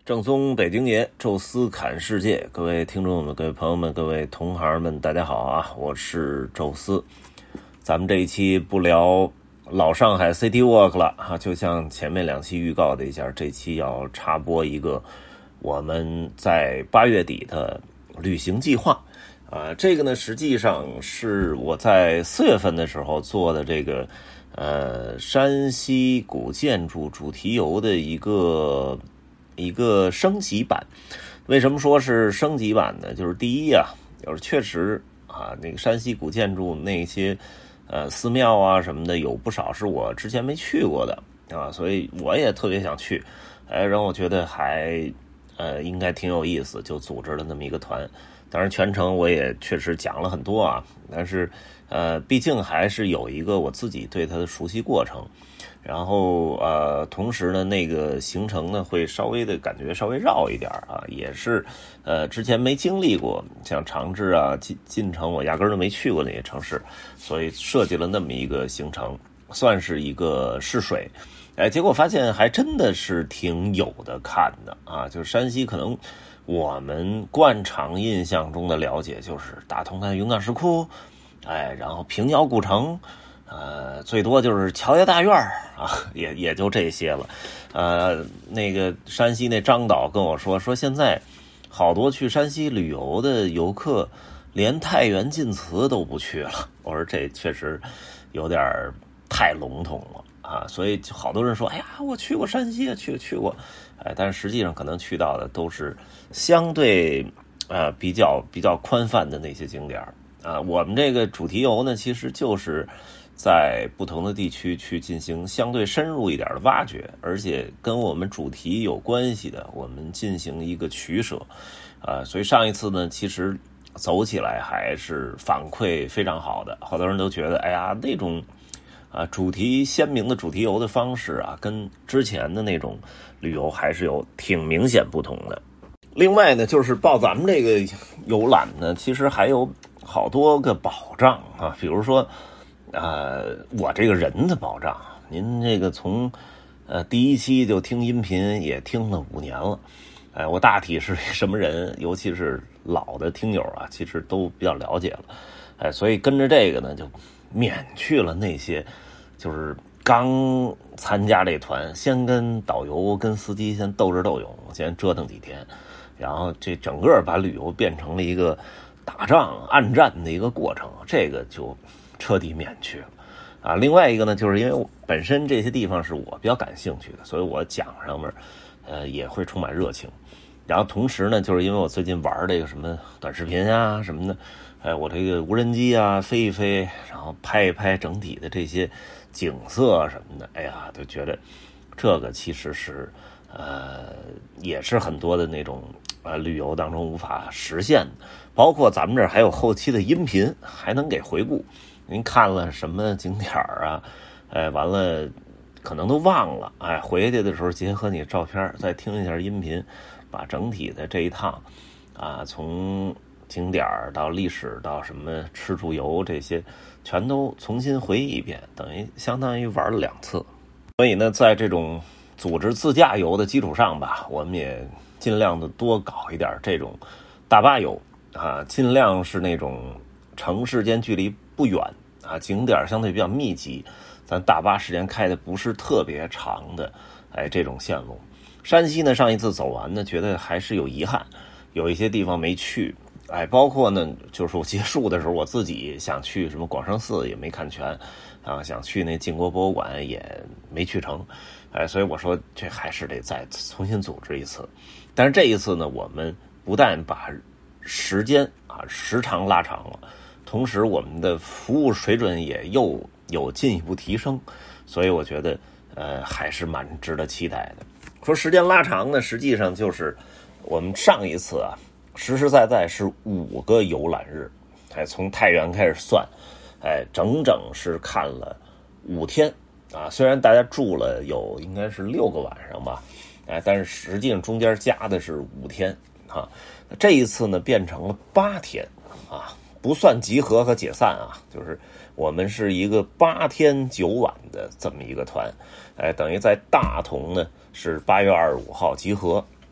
正宗北京爷，宙斯侃世界，各位听众们、各位朋友们、各位同行们，大家好啊！我是宙斯。咱们这一期不聊老上海 City Walk 了啊，就像前面2期预告的一下，这期要插播一个我们在8月底的旅行计划啊。这个呢，实际上是我在4月份的时候做的这个山西古建筑主题游的一个升级版。为什么说是升级版呢？就是第一啊，就是确实啊，那个山西古建筑那些寺庙啊什么的，有不少是我之前没去过的啊，所以我也特别想去。然后我觉得还应该挺有意思，就组织了那么一个团。当然全程我也确实讲了很多啊，但是毕竟还是有一个我自己对它的熟悉过程。然后同时呢，那个行程呢会稍微的感觉稍微绕一点啊，也是之前没经历过，像长治啊、晋城我压根儿都没去过那些城市，所以设计了那么一个行程，算是一个试水。结果发现还真的是挺有的看的啊！就是山西可能我们惯常印象中的了解就是大同的云冈石窟，然后平遥古城。最多就是乔家大院啊，也就这些了。那个山西那张导跟我说现在好多去山西旅游的游客连太原晋祠都不去了。我说这确实有点太笼统了啊，所以好多人说，哎呀，我去过山西啊，去过，但是实际上可能去到的都是相对比较宽泛的那些景点啊。我们这个主题游呢，其实就是在不同的地区去进行相对深入一点的挖掘，而且跟我们主题有关系的，我们进行一个取舍，所以上一次呢，其实走起来还是反馈非常好的，好多人都觉得，哎呀，那种主题鲜明的主题游的方式啊，跟之前的那种旅游还是有挺明显不同的。另外呢，就是报咱们这个游览呢，其实还有好多个保障啊，比如说我这个人的保障，您这个从第1期就听音频也听了5年了，我大体是什么人，尤其是老的听友啊，其实都比较了解了，所以跟着这个呢，就免去了那些就是刚参加这团，先跟导游跟司机先斗智斗勇，先折腾几天，然后这整个把旅游变成了一个打仗暗战的一个过程，这个就彻底免去了啊。另外一个呢，就是因为我本身这些地方是我比较感兴趣的，所以我讲上面也会充满热情。然后同时呢，就是因为我最近玩这个什么短视频啊什么的，我这个无人机啊飞一飞，然后拍一拍整体的这些景色什么的，哎呀，就觉得这个其实是也是很多的那种旅游当中无法实现的。包括咱们这儿还有后期的音频，还能给回顾。您看了什么景点啊？完了可能都忘了，回去的时候结合你照片再听一下音频，把整体的这一趟从景点到历史到什么吃住游这些全都重新回忆一遍，等于相当于玩了2次。所以呢，在这种组织自驾游的基础上吧，我们也尽量的多搞一点这种大巴游啊，尽量是那种城市间距离不远啊，景点相对比较密集，咱大巴时间开的不是特别长的，这种线路。山西呢，上一次走完呢，觉得还是有遗憾，有一些地方没去，包括呢，就是我结束的时候，我自己想去什么广生寺也没看全，想去那晋国博物馆也没去成，所以我说这还是得再重新组织一次。但是这一次呢，我们不但把时间时长拉长了，同时我们的服务水准也又有进一步提升，所以我觉得还是蛮值得期待的。说时间拉长呢，实际上就是我们上一次实实在在是5个游览日，从太原开始算，整整是看了5天虽然大家住了有应该是6个晚上吧，但是实际上中间加的是5天这一次呢变成了8天不算集合和解散就是我们是一个8天9晚的这么一个团，等于在大同呢是8月25号集合，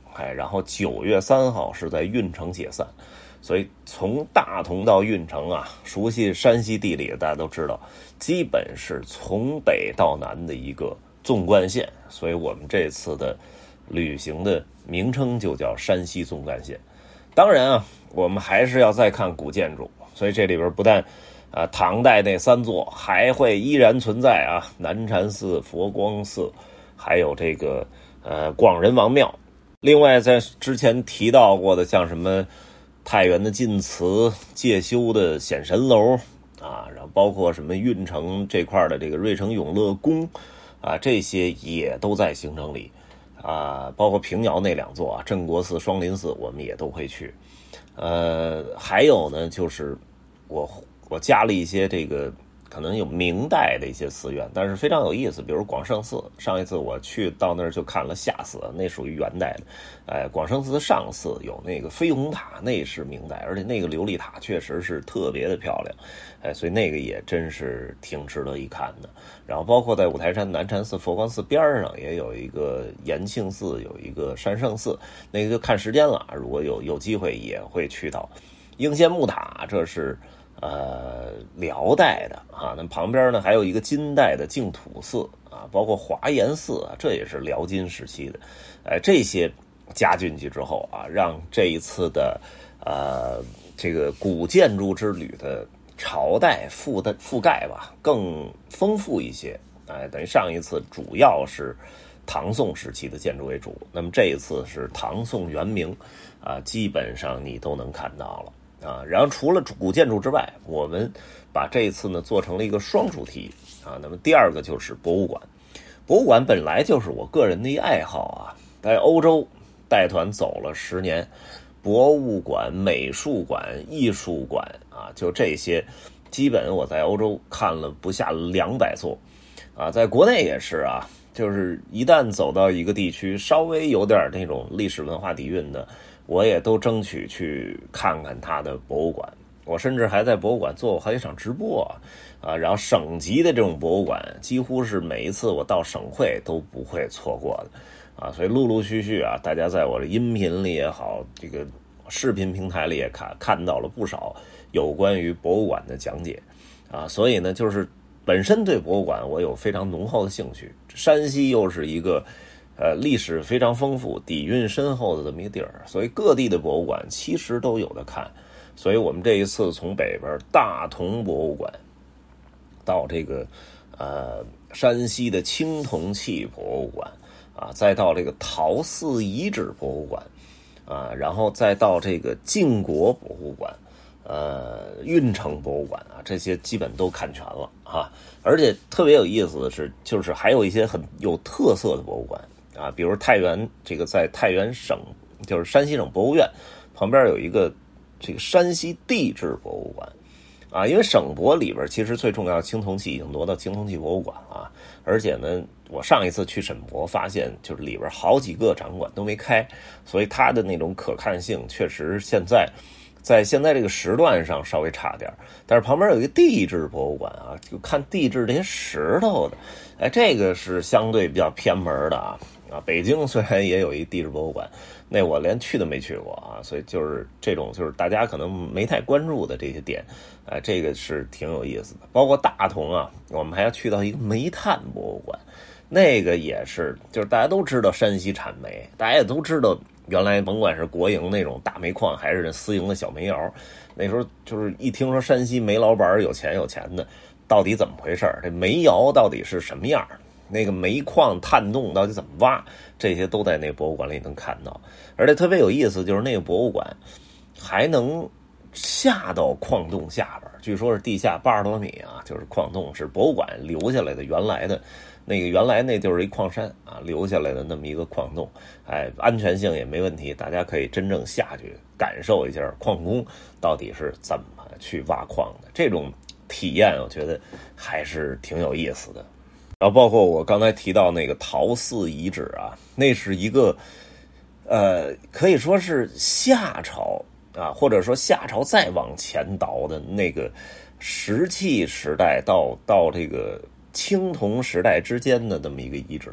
然后9月3号是在运城解散。所以从大同到运城啊，熟悉山西地理的大家都知道，基本是从北到南的一个纵贯线，所以我们这次的旅行的名称就叫山西纵贯线。当然啊，我们还是要再看古建筑，所以这里边不但唐代那3座还会依然存在啊，南禅寺、佛光寺，还有这个广仁王庙。另外在之前提到过的像什么太原的晋祠、介休的显神楼啊，然后包括什么运城这块的这个瑞城永乐宫啊，这些也都在行程里啊，包括平遥那2座啊，镇国寺、双林寺，我们也都会去。还有呢，就是我加了一些这个可能有明代的一些寺院，但是非常有意思，比如广胜寺，上一次我去到那儿就看了下寺，那属于元代的。广胜寺的上寺有那个飞鸿塔，那是明代，而且那个琉璃塔确实是特别的漂亮，所以那个也真是挺值得一看的。然后包括在五台山南禅寺、佛光寺边上也有一个延庆寺，有一个山圣寺，那个就看时间了，如果有机会也会去到。应县木塔，这是辽代的啊，那旁边呢还有一个金代的净土寺啊，包括华严寺啊，这也是辽金时期的。这些加进去之后啊，让这一次的这个古建筑之旅的朝代覆盖吧更丰富一些。等于上一次主要是唐宋时期的建筑为主，那么这一次是唐宋元明啊，基本上你都能看到了。然后除了古建筑之外，我们把这一次呢做成了一个双主题啊。那么第二个就是博物馆。博物馆本来就是我个人的一爱好啊，在欧洲带团走了10年，博物馆、美术馆、艺术馆啊，就这些，基本我在欧洲看了不下200座啊。在国内也是啊，就是一旦走到一个地区，稍微有点那种历史文化底蕴的，我也都争取去看看它的博物馆。我甚至还在博物馆做过好几场直播啊，然后省级的这种博物馆，几乎是每一次我到省会都不会错过的啊。所以陆陆续续啊，大家在我的音频里也好，这个视频平台里也看到了不少有关于博物馆的讲解啊。所以呢，就是本身对博物馆我有非常浓厚的兴趣。山西又是一个历史非常丰富、底蕴深厚的这么一个地儿，所以各地的博物馆其实都有的看。所以我们这一次从北边大同博物馆到这个山西的青铜器博物馆啊，再到这个陶寺遗址博物馆啊，然后再到这个晋国博物馆、运城博物馆啊，这些基本都看全了啊。而且特别有意思的是，就是还有一些很有特色的博物馆啊，比如太原这个在太原省，就是山西省博物院旁边有一个这个山西地质博物馆啊，因为省博里边其实最重要的青铜器已经挪到青铜器博物馆啊，而且呢，我上一次去省博发现，就是里边好几个展馆都没开，所以它的那种可看性确实在现在这个时段上稍微差点。但是旁边有一个地质博物馆啊，就看地质这些石头的，这个是相对比较偏门的啊。北京虽然也有一地质博物馆，那我连去都没去过啊，所以就是这种就是大家可能没太关注的这些点，这个是挺有意思的。包括大同啊，我们还要去到一个煤炭博物馆，那个也是，就是大家都知道山西产煤，大家也都知道原来甭管是国营那种大煤矿，还是私营的小煤窑，那时候就是一听说山西煤老板有钱的，到底怎么回事？这煤窑到底是什么样？那个煤矿探洞到底怎么挖，这些都在那个博物馆里能看到。而且特别有意思，就是那个博物馆还能下到矿洞下边，据说是地下80多米啊，就是矿洞，是博物馆留下来的原来那就是一矿山啊，留下来的那么一个矿洞，安全性也没问题，大家可以真正下去感受一下矿工到底是怎么去挖矿的，这种体验我觉得还是挺有意思的。然后包括我刚才提到那个陶寺遗址啊，那是一个可以说是夏朝啊，或者说夏朝再往前倒的那个石器时代到这个青铜时代之间的那么一个遗址。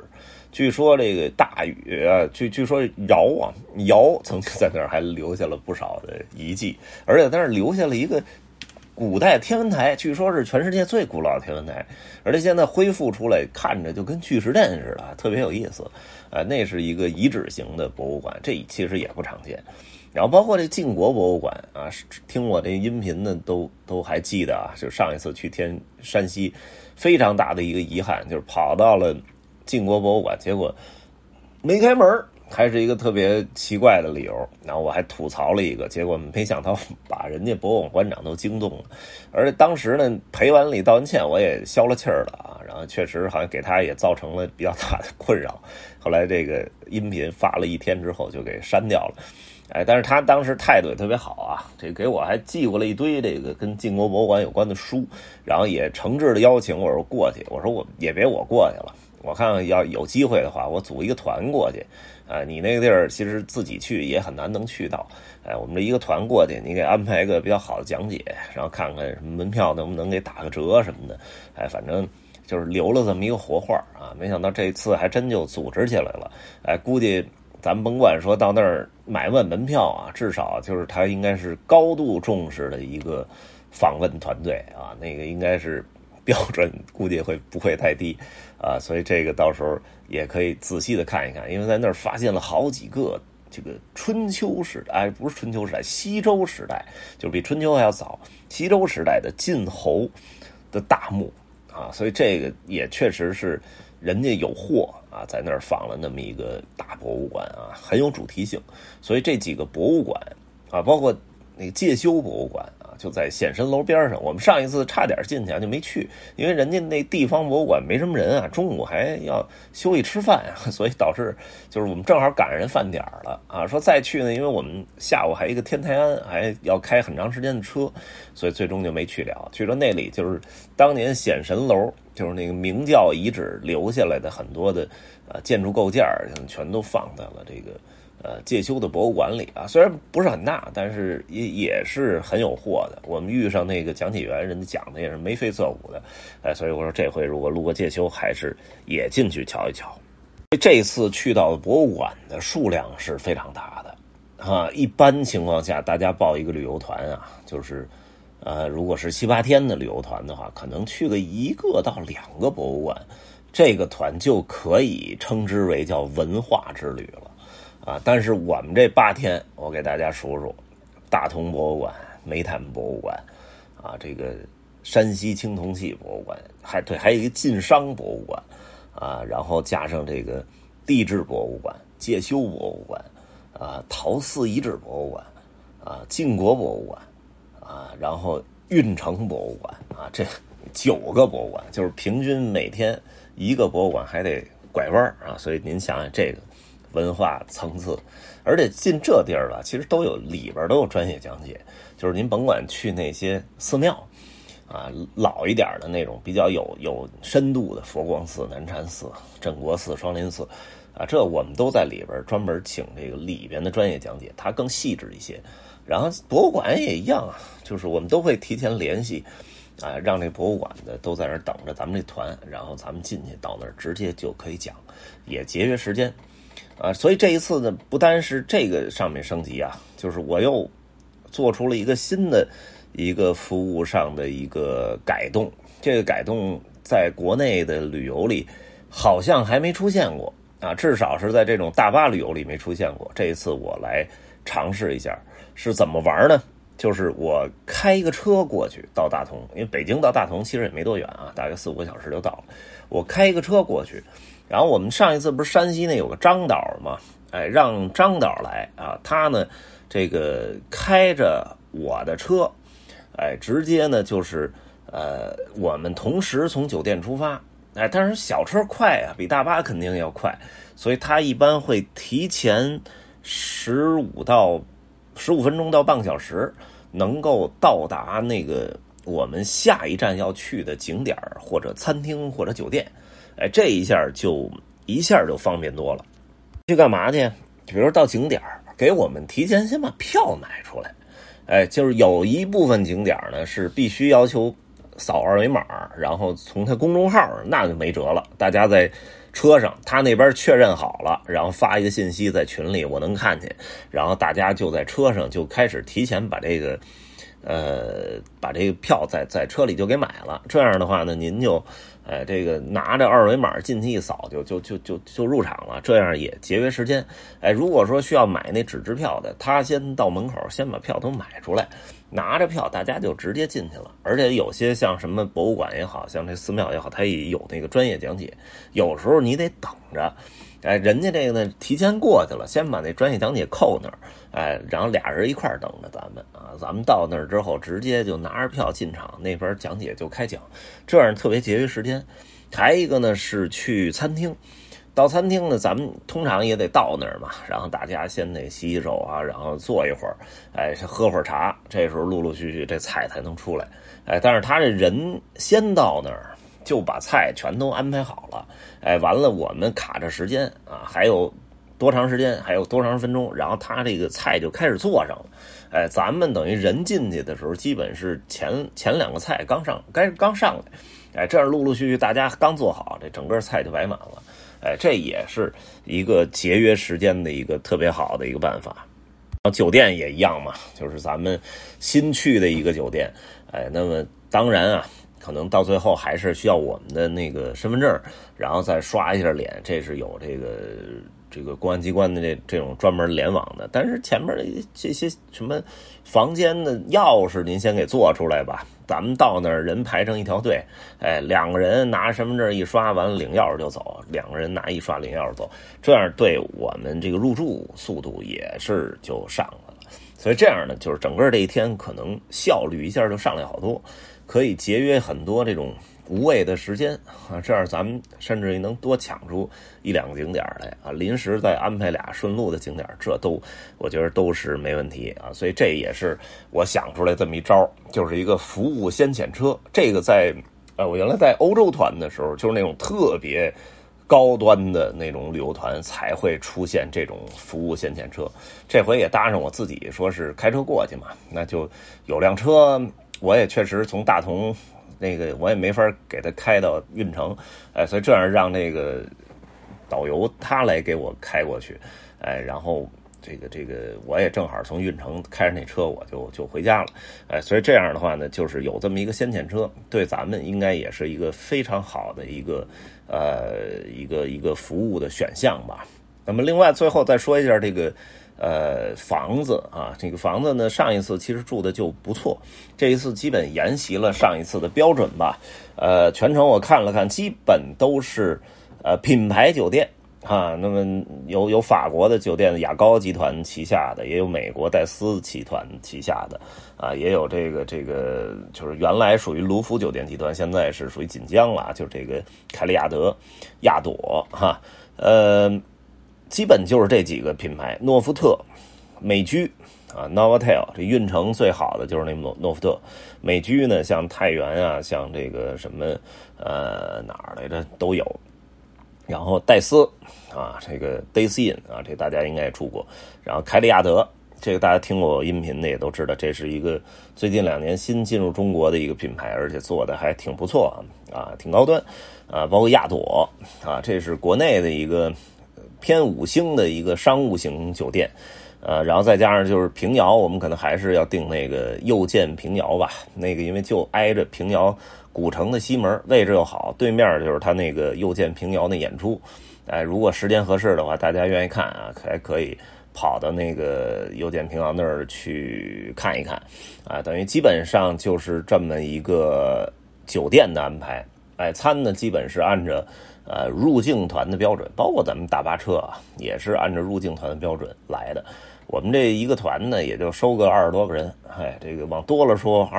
据说这个大禹啊，据说尧曾经在那儿还留下了不少的遗迹，而且在那儿留下了一个古代天文台，据说是全世界最古老的天文台，而且现在恢复出来，看着就跟巨石阵似的，特别有意思。那是一个遗址型的博物馆，这其实也不常见。然后包括这晋国博物馆啊，听我这音频的都还记得啊，就上一次去山西，非常大的一个遗憾就是跑到了晋国博物馆，结果没开门，还是一个特别奇怪的理由。然后我还吐槽了一个，结果没想到把人家博物馆馆长都惊动了。而且当时呢，赔完礼道完歉，我也消了气儿了啊。然后确实好像给他也造成了比较大的困扰。后来这个音频发了1天之后就给删掉了。但是他当时态度也特别好啊，这给我还寄过了一堆这个跟晋国博物馆有关的书，然后也诚挚的邀请我说过去，我说我也别我过去了，我看看要有机会的话，我组一个团过去，你那个地儿其实自己去也很难能去到，我们这一个团过去，你给安排一个比较好的讲解，然后看看什么门票能不能给打个折什么的，反正就是留了这么一个活话啊，没想到这次还真就组织起来了，估计咱们甭管说到那儿买问门票啊，至少就是他应该是高度重视的一个访问团队啊，那个应该是标准估计不会太低啊，所以这个到时候也可以仔细的看一看，因为在那儿发现了好几个这个春秋时代，不是春秋时代，西周时代，就比春秋还要早，西周时代的晋侯的大墓啊，所以这个也确实是人家有货啊，在那儿放了那么一个大博物馆啊，很有主题性。所以这几个博物馆啊，包括那个介休博物馆啊，就在显神楼边上。我们上一次差点进去就没去，因为人家那地方博物馆没什么人啊，中午还要休息吃饭啊，所以导致就是我们正好赶上人饭点了啊。说再去呢，因为我们下午还一个天台庵，还要开很长时间的车，所以最终就没去了。据说那里就是当年显神楼，就是那个明教遗址留下来的很多的建筑构件全都放在了这个介休的博物馆里啊，虽然不是很大，但是也是很有货的。我们遇上那个讲解员，人家讲的也是眉飞色舞的，所以我说这回如果路过介休，还是也进去瞧一瞧。这次去到的博物馆的数量是非常大的啊，一般情况下，大家报一个旅游团啊，就是如果是7、8天的旅游团的话，可能去个1个到2个博物馆，这个团就可以称之为叫文化之旅了。但是我们这8天，我给大家说说大同博物馆、煤炭博物馆啊，这个山西青铜器博物馆，还有一个晋商博物馆啊，然后加上这个地质博物馆、介休博物馆啊、陶寺遗址博物馆啊、晋国博物馆啊，然后运城博物馆啊，这9个博物馆，就是平均每天一个博物馆还得拐弯啊，所以您想想这个文化层次，而且进这地儿了，其实里边都有专业讲解，就是您甭管去那些寺庙啊，老一点的那种比较有深度的佛光寺、南禅寺、镇国寺、双林寺啊，这我们都在里边专门请这个里边的专业讲解，它更细致一些。然后博物馆也一样啊，就是我们都会提前联系让这博物馆的都在那儿等着咱们这团，然后咱们进去到那儿直接就可以讲，也节约时间所以这一次呢，不单是这个上面升级啊，就是我又做出了一个新的一个服务上的一个改动。这个改动在国内的旅游里好像还没出现过啊，至少是在这种大巴旅游里没出现过。这一次我来尝试一下是怎么玩呢？就是我开一个车过去到大同，因为北京到大同其实也没多远啊，大概4、5个小时就到了。我开一个车过去，然后我们上一次不是山西那有个张导吗？让张导来啊，他呢这个开着我的车，直接呢就是我们同时从酒店出发，但是小车快啊，比大巴肯定要快，所以他一般会提前15分钟到半个小时，能够到达那个我们下一站要去的景点或者餐厅或者酒店。这一下就方便多了。去干嘛去？比如说到景点，给我们提前先把票买出来。就是有一部分景点呢是必须要求扫2维码，然后从他公众号那就没辙了。大家在车上，他那边确认好了，然后发一个信息在群里，我能看见，然后大家就在车上就开始提前把这个票在车里就给买了。这样的话呢，您就这个拿着二维码进去一扫就入场了，这样也节约时间。如果说需要买那纸质票的，他先到门口先把票都买出来，拿着票大家就直接进去了。而且有些像什么博物馆也好，像这寺庙也好，它也有那个专业讲解，有时候你得等着。人家这个呢提前过去了，先把那专业讲解扣那儿，然后俩人一块等着咱们啊。咱们到那儿之后，直接就拿着票进场，那边讲解就开讲，这样特别节约时间。还一个呢是去餐厅，到餐厅呢，咱们通常也得到那儿嘛，然后大家先得洗洗手啊，然后坐一会儿，喝会儿茶，这时候陆陆续续这菜才能出来。但是他这人先到那儿，就把菜全都安排好了，完了我们卡着时间啊，还有多长时间，还有多长分钟，然后他这个菜就开始做上了。咱们等于人进去的时候，基本是前两个菜刚上来，这样陆陆续续大家刚做好，这整个菜就摆满了。这也是一个节约时间的一个特别好的一个办法。酒店也一样嘛，就是咱们新去的一个酒店，那么当然啊，可能到最后还是需要我们的那个身份证，然后再刷一下脸，这是有这个公安机关的这种专门联网的。但是前面这些什么房间的钥匙您先给做出来吧，咱们到那儿人排成一条队，两个人拿身份证一刷完了领钥匙就走，两个人拿一刷领钥匙走，这样对我们这个入住速度也是就上来了。所以这样呢，就是整个这一天可能效率一下就上来好多，可以节约很多这种无谓的时间啊，这样咱们甚至于能多抢出一两个景点来啊，临时再安排俩顺路的景点，这都我觉得都是没问题啊。所以这也是我想出来这么一招，就是一个服务先遣车。这个在我原来在欧洲团的时候，就是那种特别高端的那种旅游团才会出现这种服务先遣车。这回也搭上我自己说是开车过去嘛，那就有辆车，我也确实从大同那个我也没法给他开到运城，所以这样让那个导游他来给我开过去，然后这个我也正好从运城开着那车我就回家了，所以这样的话呢，就是有这么一个先遣车，对咱们应该也是一个非常好的一个服务的选项吧。那么另外最后再说一下这个房子啊，这个房子呢，上一次其实住的就不错，这一次基本沿袭了上一次的标准吧。全程我看了看，基本都是品牌酒店啊。那么有法国的酒店雅高集团旗下的，也有美国戴斯集团旗下的啊，也有这个就是原来属于卢浮酒店集团，现在是属于锦江了，就是这个凯利亚德、亚朵哈，基本就是这几个品牌，诺福特、美居啊 Novotel， 这运城最好的就是那诺福特。美居呢，像太原啊，像这个什么哪儿来着都有。然后戴斯啊，这个 Days Inn 啊，这大家应该也住过。然后凯利亚德，这个大家听过音频的也都知道，这是一个最近2年新进入中国的一个品牌，而且做的还挺不错啊，挺高端啊。包括亚朵啊，这是国内的一个偏5星的一个商务型酒店，然后再加上就是平遥，我们可能还是要订那个又见平遥吧，那个因为就挨着平遥古城的西门，位置又好，对面就是他那个又见平遥的演出，如果时间合适的话，大家愿意看啊，还可以跑到那个又见平遥那儿去看一看啊，等于基本上就是这么一个酒店的安排。餐呢基本是按照入境团的标准，包括咱们大巴车啊，也是按照入境团的标准来的。我们这一个团呢，也就收个20多个人，这个往多了说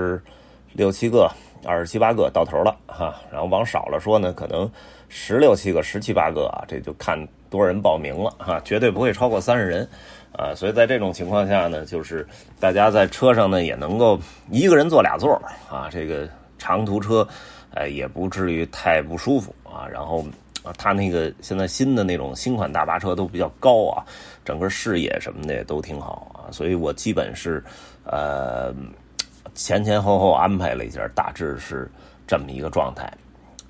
26、7个、27、8个到头了哈，然后往少了说呢，可能16、7个、17、8个啊，这就看多人报名了哈，绝对不会超过30人啊。所以在这种情况下呢，就是大家在车上呢也能够一个人坐2座啊，这个长途车也不至于太不舒服啊。然后它那个现在新的那种新款大巴车都比较高啊，整个视野什么的也都挺好啊，所以我基本是前后后安排了一下，大致是这么一个状态。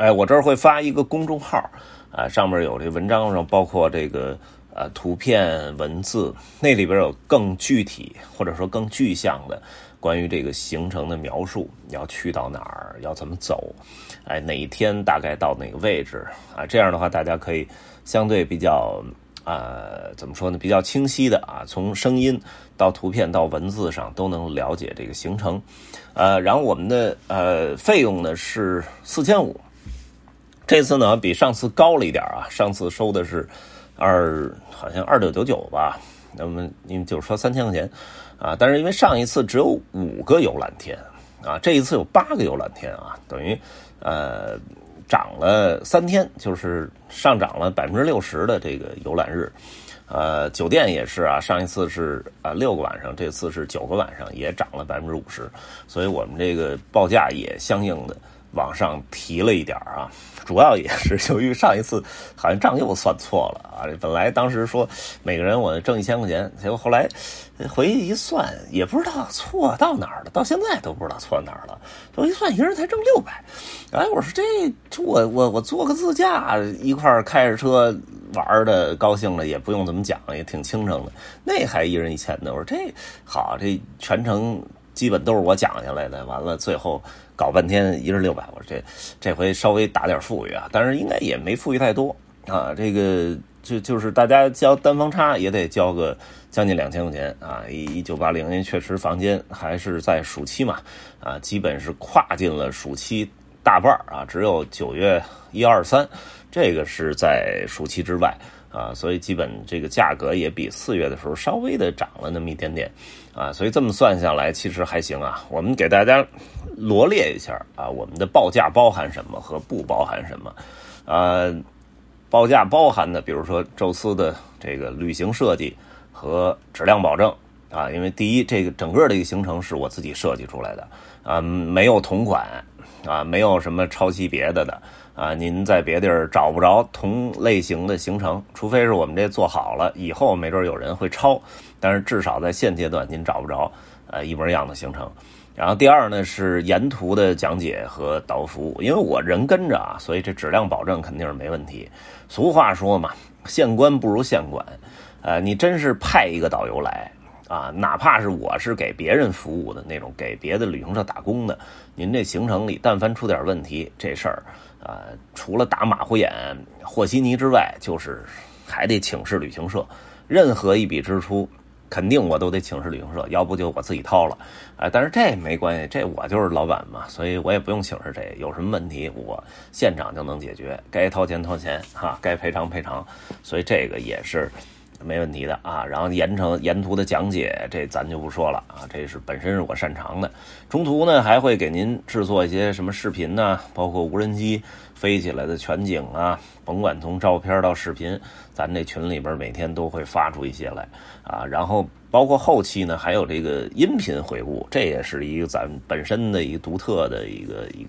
我这儿会发一个公众号上面有这文章上包括这个图片文字，那里边有更具体或者说更具象的关于这个行程的描述，要去到哪儿，要怎么走，哪一天大概到哪个位置这样的话大家可以相对比较怎么说呢，比较清晰的从声音到图片到文字上都能了解这个行程。然后我们的费用呢是4500，这次呢比上次高了一点上次收的是好像2999吧，那么就是说3000块钱但是因为上一次只有5个游览天这一次有8个游览天等于涨了3天，就是上涨了60%的这个游览日。酒店也是上一次是6个晚上，这次是9个晚上，也涨了50%，所以我们这个报价也相应的往上提了一点主要也是由于上一次好像账又算错了本来当时说每个人我挣1000块钱，结果后来回去一算也不知道错到哪儿了，到现在都不知道错哪儿了，我一算一个人才挣600，我说我坐个自驾一块儿开着车玩的高兴了，也不用怎么讲，也挺倾城的，那还一人1000的，我说这好，这全程基本都是我讲下来的，完了最后搞半天一人600，我说这回稍微打点富裕但是应该也没富裕太多这个就是大家交单方差也得交个将近2000块钱1980年确实房间还是在暑期嘛基本是跨进了暑期大半只有9月1、2、3，这个是在暑期之外所以基本这个价格也比4月的时候稍微的涨了那么一点点所以这么算下来其实还行我们给大家罗列一下我们的报价包含什么和不包含什么报价包含的比如说宙斯的这个旅行设计和质量保证因为第一这个整个这个行程是我自己设计出来的没有同款没有什么抄袭别的您在别地儿找不着同类型的行程，除非是我们这做好了以后没准有人会抄，但是至少在现阶段您找不着一模一样的行程。然后第二呢是沿途的讲解和导游服务，因为我人跟着所以这质量保证肯定是没问题。俗话说嘛，县官不如县管你真是派一个导游来哪怕是我是给别人服务的那种，给别的旅行社打工的，您这行程里但凡出点问题，这事儿除了打马虎眼和稀泥之外，就是还得请示旅行社，任何一笔支出肯定我都得请示旅行社，要不就我自己掏了但是这没关系，这我就是老板嘛，所以我也不用请示这有什么问题我现场就能解决，该掏钱掏钱该赔偿赔偿，所以这个也是没问题的然后沿途的讲解这咱就不说了这是本身是我擅长的。中途呢还会给您制作一些什么视频包括无人机飞起来的全景甭管从照片到视频，咱这群里边每天都会发出一些来然后包括后期呢还有这个音频回顾，这也是一个咱本身的一个独特的一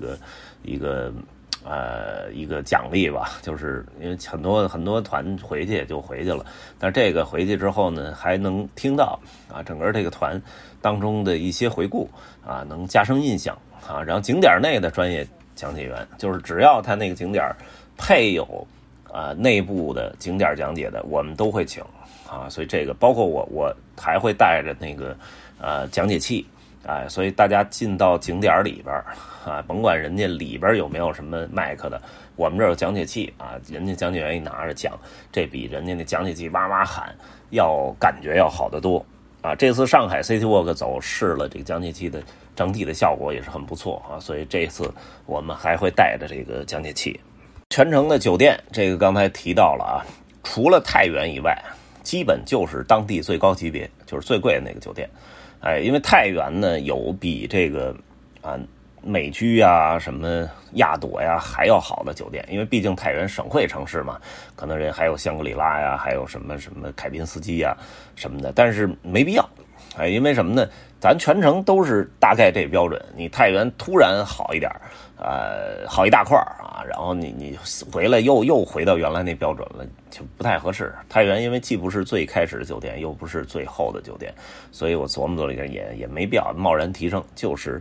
个奖励吧，就是因为很多团回去也就回去了，但是这个回去之后呢还能听到整个这个团当中的一些回顾能加深印象然后景点内的专业讲解员，就是只要他那个景点配有内部的景点讲解的，我们都会请所以这个包括我还会带着那个讲解器所以大家进到景点里边甭管人家里边有没有什么麦克的，我们这儿有讲解器人家讲解员一拿着讲，这比人家那讲解器哇哇喊要感觉要好得多这次上海 City Walk 走试了这个讲解器的整体的效果也是很不错所以这次我们还会带着这个讲解器。全程的酒店这个刚才提到了除了太原以外基本就是当地最高级别，就是最贵的那个酒店因为太原呢有比这个美居什么亚朵还要好的酒店，因为毕竟太原省会城市嘛，可能人还有香格里拉还有什么凯宾斯基什么的，但是没必要因为什么呢，咱全程都是大概这标准，你太原突然好一点好一大块然后你回来又回到原来那标准了，就不太合适。太原因为既不是最开始的酒店，又不是最后的酒店，所以我琢磨了一下也没必要贸然提升，就是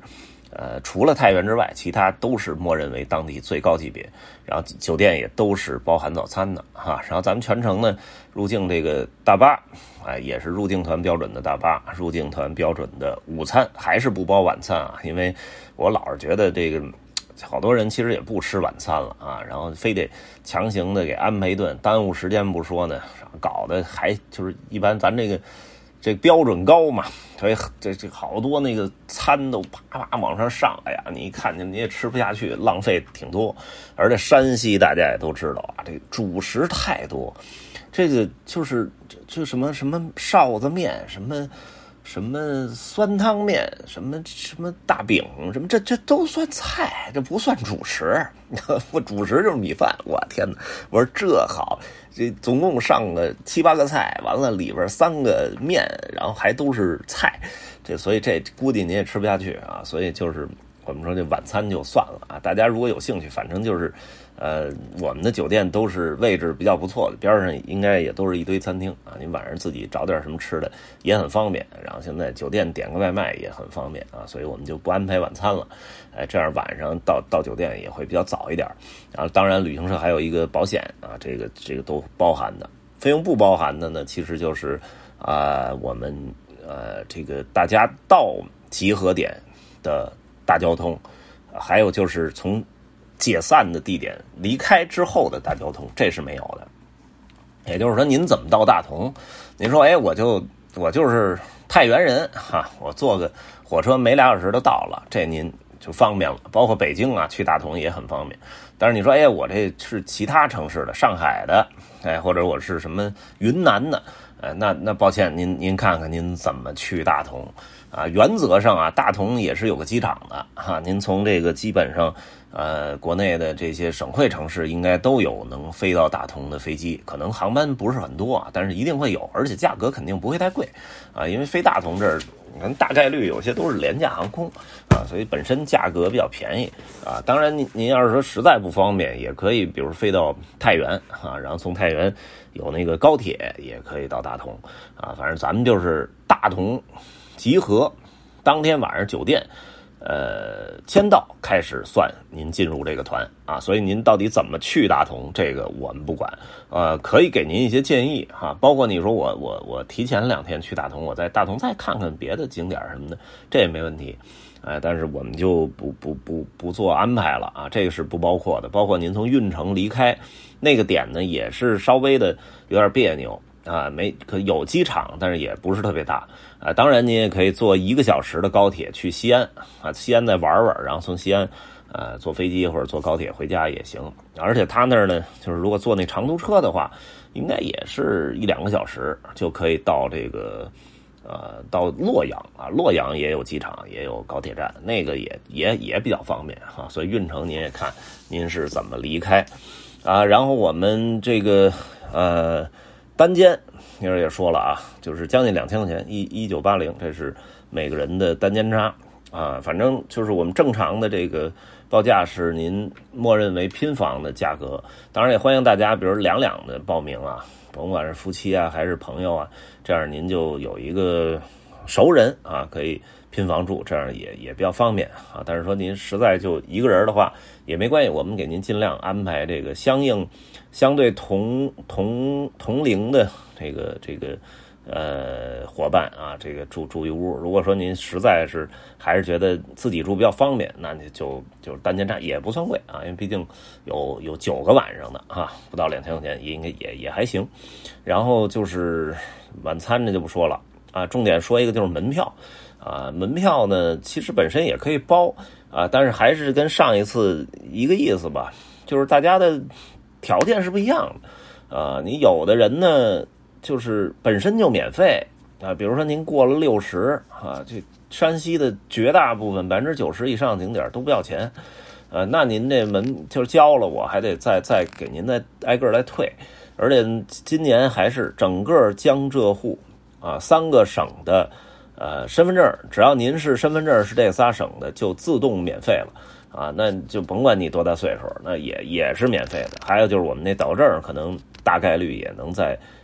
除了太原之外，其他都是默认为当地最高级别，然后酒店也都是包含早餐的哈。然后咱们全程呢入境这个大巴，也是入境团标准的大巴，入境团标准的午餐，还是不包晚餐啊，因为我老是觉得这个好多人其实也不吃晚餐了啊，然后非得强行的给安排一顿，耽误时间不说呢，搞得还就是一般咱这个标准高嘛，所以这好多那个餐都啪啪往上上，哎呀，你一看见你也吃不下去，浪费挺多。而且山西大家也都知道啊，这主食太多，这个就是就什么臊子面，什么酸汤面，什么大饼，什么这都算菜，这不算主食。我主食就是米饭，我天哪！我说这好，这总共上个7、8个菜，完了里边3个面，然后还都是菜，所以这估计你也吃不下去啊。所以就是我们说这晚餐就算了啊。大家如果有兴趣，反正就是我们的酒店都是位置比较不错的，边上应该也都是一堆餐厅啊，你晚上自己找点什么吃的也很方便，然后现在酒店点个外卖也很方便啊，所以我们就不安排晚餐了，这样晚上到酒店也会比较早一点。然后当然旅行社还有一个保险啊，这个都包含的。费用不包含的呢，其实就是我们这个大家到集合点的大交通，还有就是从解散的地点离开之后的大交通，这是没有的。也就是说您怎么到大同，您说我就是太原人哈，我坐个火车没2小时就到了，这您就方便了。包括北京啊去大同也很方便。但是你说我这是其他城市的，上海的或者我是什么云南的，那抱歉，您看看您怎么去大同啊？原则上啊，大同也是有个机场的哈，您从这个基本上国内的这些省会城市应该都有能飞到大同的飞机，可能航班不是很多啊，但是一定会有，而且价格肯定不会太贵啊，因为飞大同这儿大概率有些都是廉价航空啊，所以本身价格比较便宜啊。当然您要是说实在不方便，也可以比如飞到太原啊，然后从太原有那个高铁也可以到大同啊。反正咱们就是大同集合当天晚上酒店签到开始算您进入这个团啊，所以您到底怎么去大同，这个我们不管，可以给您一些建议哈，包括你说我提前2天去大同，我在大同再看看别的景点什么的，这也没问题，但是我们就不做安排了啊，这个是不包括的，包括您从运城离开那个点呢，也是稍微的有点别扭。可有机场，但是也不是特别大啊。当然，您也可以坐1个小时的高铁去西安啊，西安再玩玩，然后从西安坐飞机或者坐高铁回家也行。而且他那儿呢，就是如果坐那长途车的话，应该也是1、2个小时就可以到这个到洛阳啊。洛阳也有机场，也有高铁站，那个也比较方便哈。所以运城您也看您是怎么离开啊。然后我们这个单间那儿也说了啊，就是将近2000块钱，1980，这是每个人的单间差啊。反正就是我们正常的这个报价是您默认为拼房的价格，当然也欢迎大家比如2两的报名啊，甭管是夫妻啊还是朋友啊，这样您就有一个熟人啊可以拼房住，这样也比较方便啊。但是说您实在就一个人的话也没关系，我们给您尽量安排这个相对同龄的这个伙伴啊，这个住一屋。如果说您实在是还是觉得自己住比较方便，那你就是单间差也不算贵啊，因为毕竟有9个晚上的啊，不到2000块钱，应该也还行。然后就是晚餐这就不说了啊，重点说一个就是门票啊，门票呢其实本身也可以包啊，但是还是跟上一次一个意思吧，就是大家的条件是不一样的你有的人呢就是本身就免费啊，比如说您过了60啊，这山西的绝大部分90%以上景点都不要钱那您这门就是交了，我还得再给您再挨个来退。而且今年还是整个江浙沪啊3个省的身份证，只要您是身份证是这仨省的，就自动免费了啊，那就甭管你多大岁数，那也是免费的。还有就是我们那导证可能大概率也能在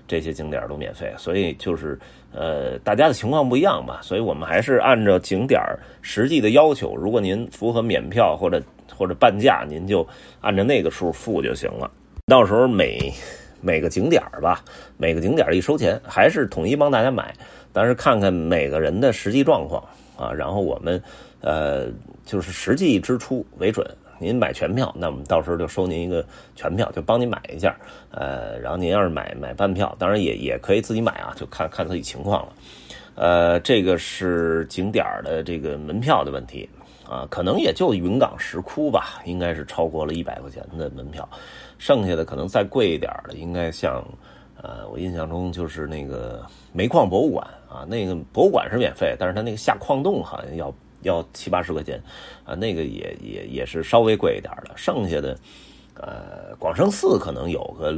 这些景点都免费，所以就是大家的情况不一样吧，所以我们还是按照景点实际的要求，如果您符合免票或者半价，您就按照那个数付就行了。到时候每个景点吧，每个景点一收钱，还是统一帮大家买，但是看看每个人的实际状况啊，然后我们就是实际支出为准。您买全票，那我们到时候就收您一个全票，就帮您买一下。然后您要是买半票，当然也可以自己买啊，就看自己情况了。这个是景点的这个门票的问题啊，可能也就云冈石窟吧，应该是超过了100块钱的门票，剩下的可能再贵一点的，应该像我印象中就是那个煤矿博物馆啊，那个博物馆是免费，但是它那个下矿洞好像要70-80块钱啊，那个也是稍微贵一点的。剩下的广生寺可能有个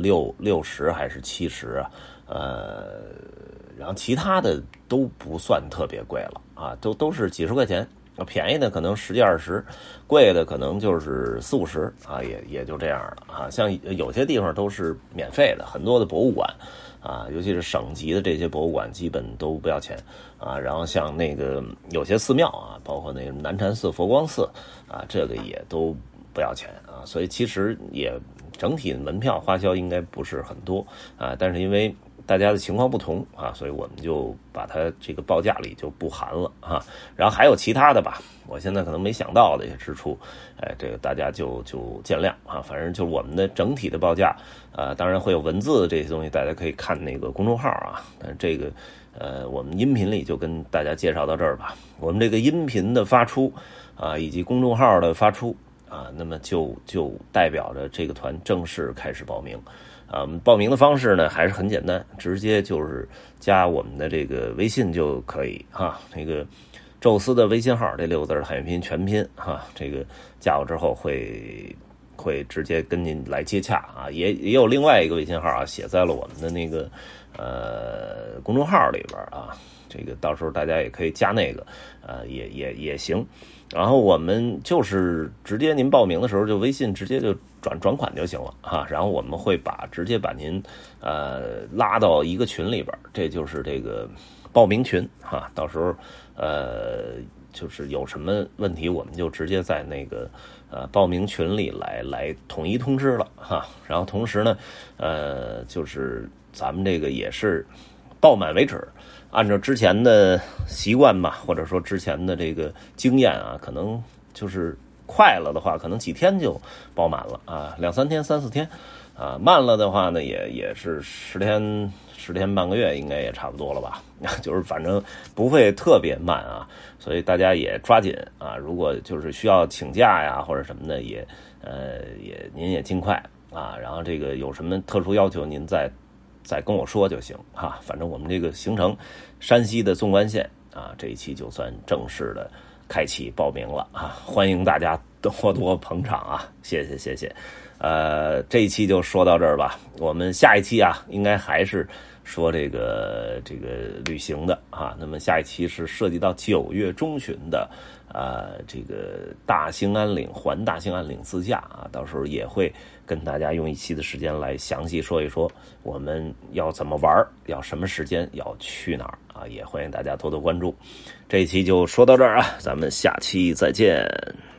60还是70啊，然后其他的都不算特别贵了啊，都是几十块钱，便宜的可能10-20，贵的可能就是40-50啊，也就这样了啊。像有些地方都是免费的，很多的博物馆啊，尤其是省级的这些博物馆基本都不要钱啊。然后像那个有些寺庙啊，包括那个南禅寺、佛光寺啊，这个也都不要钱啊。所以其实也整体门票花销应该不是很多啊，但是因为大家的情况不同啊，所以我们就把它这个报价里就不含了啊。然后还有其他的吧，我现在可能没想到的一些支出，这个大家就见谅啊。反正就是我们的整体的报价，当然会有文字这些东西，大家可以看那个公众号啊。但这个我们音频里就跟大家介绍到这儿吧。我们这个音频的发出啊，以及公众号的发出啊，那么就代表着这个团正式开始报名。报名的方式呢还是很简单，直接就是加我们的这个微信就可以哈。这个宙斯的微信号，这6个字的汉语拼音全拼哈，这个加我之后会直接跟您来接洽啊。也有另外一个微信号啊，写在了我们的那个公众号里边啊。这个到时候大家也可以加那个也行。然后我们就是直接您报名的时候就微信直接就转款就行了哈，然后我们会直接把您拉到一个群里边，这就是这个报名群哈。到时候就是有什么问题我们就直接在那个报名群里来统一通知了哈。然后同时呢就是咱们这个也是报满为止，按照之前的习惯吧，或者说之前的这个经验啊，可能就是快了的话，可能几天就报满了啊，2-3天、3-4天啊，慢了的话呢，也是10天半个月，应该也差不多了吧？就是反正不会特别慢啊，所以大家也抓紧啊。如果就是需要请假呀或者什么的，您也尽快啊。然后这个有什么特殊要求，您再跟我说就行哈。反正我们这个行程，山西的纵贯线啊，这一期就算正式的开启报名了啊，欢迎大家多多捧场啊，谢谢。这一期就说到这儿吧，我们下一期啊，应该还是说这个旅行的啊。那么下一期是涉及到9月中旬的这个大兴安岭环大兴安岭自驾啊，到时候也会跟大家用一期的时间来详细说一说我们要怎么玩，要什么时间，要去哪儿啊，也欢迎大家多多关注。这一期就说到这儿啊，咱们下期再见。